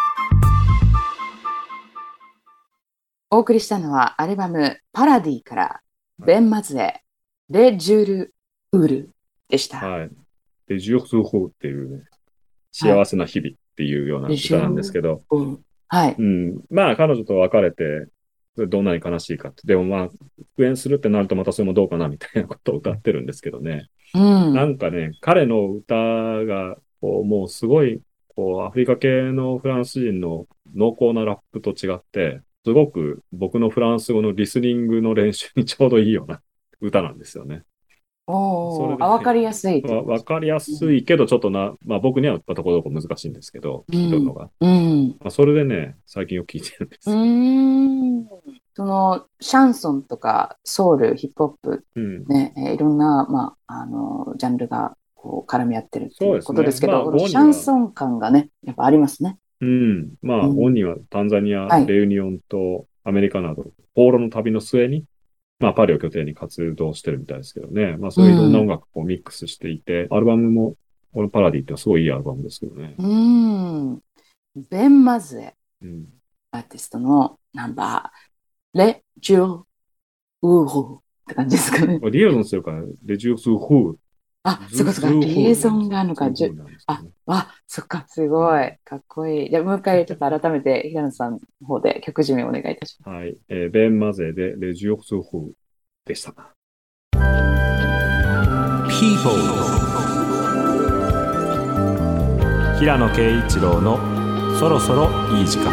お送りしたのはアルバムパラディからベン・マズエ、レ・ジュール・ウールでした。 はい。で、ジュースホーっていうね、幸せな日々っていうような歌なんですけど、 うんはい。 うん。まあ、彼女と別れて、どんなに悲しいかって。でもまあ、復縁するってなるとまたそれもどうかなみたいなことを歌ってるんですけどね。 うん。 なんかね、彼の歌が、こう、もうすごい、こう、アフリカ系のフランス人の濃厚なラップと違って、すごく僕のフランス語のリスニングの練習にちょうどいいような歌なんですよね。 おーそれであ、わかりやすいってわことです。 わかりやすいけど、ちょっとな、まあ僕にはところどころ難しいんですけど、聞き取るのが。 うん。 まあ、それでね、最近よく聞いてるんですうよ。 ーん。その、シャンソンとか、ソウル、ヒップホップ、 うん。 ね、えーいろんな、まあ、あの、ジャンルが、こう、絡み合ってるっていうそうですねことですけど、 まあこのゴーニはシャンソン感がね、やっぱありますね。 うん。まあ、 うんオンにはタンザニア、 はいレユニオンとアメリカなど、放浪の旅の末に、まあ、パリを拠点に活動してるみたいですけどね。まあ、そういういろんな音楽をミックスしていて、アルバムも、このパラディってすごいいいアルバムですけどね。 うーん。ベン・マズエ、 うん。 アーティストのナンバー、レ・ジュー・ウーホーって感じですかね。 リアルのせるから、レジュース・フーっあ、そこそこ、リエゾンがあるのか。じゅあ、あ、そっか、すごい。かっこいい。じゃあ、もう一回ちょっと改めて、平野さんの方で曲締めお願いいたします。 はい。えー、ベン・マゼでレジオスフでした。 People 平野啓一郎のそろそろいい時間。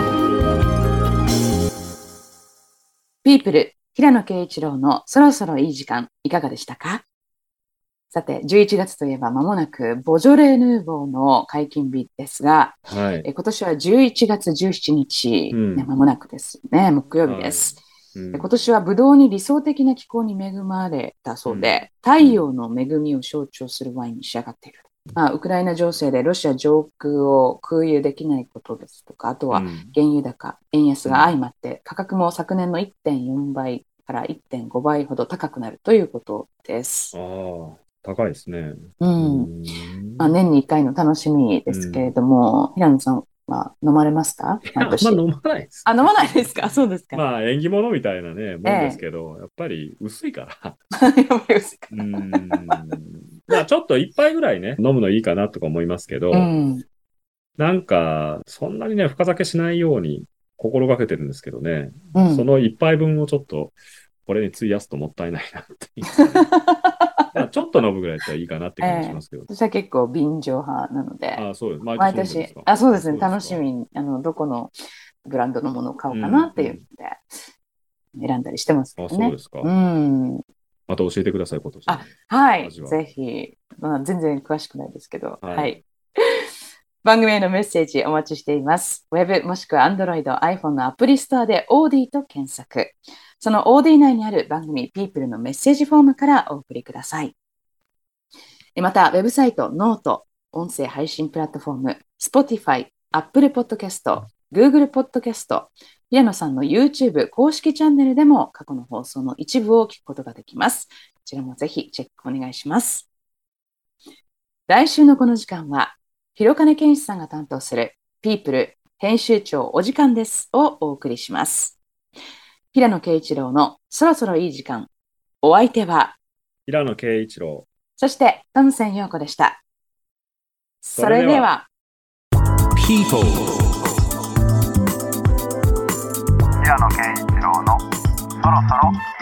ピープル平野啓一郎のそろそろいい時間、いかがでしたか？さて、じゅういちがつといえば間もなくボジョレ・ヌーボーの解禁日ですが、 はい、 え今年はじゅういちがつじゅうしちにち、うんね、間もなくですね、木曜日です。はいうん、今年はブドウに理想的な気候に恵まれたそうで、うん、太陽の恵みを象徴するワインに仕上がっている。まあ、ウクライナ情勢でロシア上空を空輸できないことですとか、あとは原油高、円安が相まって価格も昨年の いってんよんばいから いってんごばいほど高くなるということです。 ああ、高いですね。 うん。うんまあ、年にいっかいの楽しみですけれども、うん、平野さんは飲まれますか？ 毎年。あんま飲まないです。 あ、飲まないですか？そうですか。 まあ、縁起物みたいなね、もんですけど、ええ、やっぱり薄いから。 やっぱり薄いから。 うんまあ、ちょっと一杯ぐらいね、飲むのいいかなとか思いますけど、うん、なんか、そんなにね、深酒しないように心がけてるんですけどね、うん、その一杯分をちょっと、これに費やすともったいないなっていう、ね。ちょっと飲むぐらいだったらいいかなって感じしますけど。 えー、私は結構便乗派なので。 あ、そうです。 毎年。毎年あ、そうですね。楽しみに、あの、どこのブランドのものを買おうかなっていうので、うんうん、選んだりしてますけどね。 あ、そうですか。 うん。 また教えてください、今年。 あ、はい。ぜひ。まあ、全然詳しくないですけど。はい。はい、番組へのメッセージお待ちしています。ウェブもしくは Android、iPhone のアプリストアで オーディー と検索。その オーディー 内にある番組 People のメッセージフォームからお送りください。また、ウェブサイト、ノート、音声配信プラットフォーム、Spotify、Apple Podcast、Google Podcast、平野さんの YouTube 公式チャンネルでも過去の放送の一部を聞くことができます。こちらもぜひチェックお願いします。来週のこの時間は、広金健一さんが担当する People 編集長お時間ですをお送りします。平野啓一郎のそろそろいい時間。お相手は平野啓一郎。 そしてトムセン陽子でした。それでは。 People 平野啓一郎のそろそろ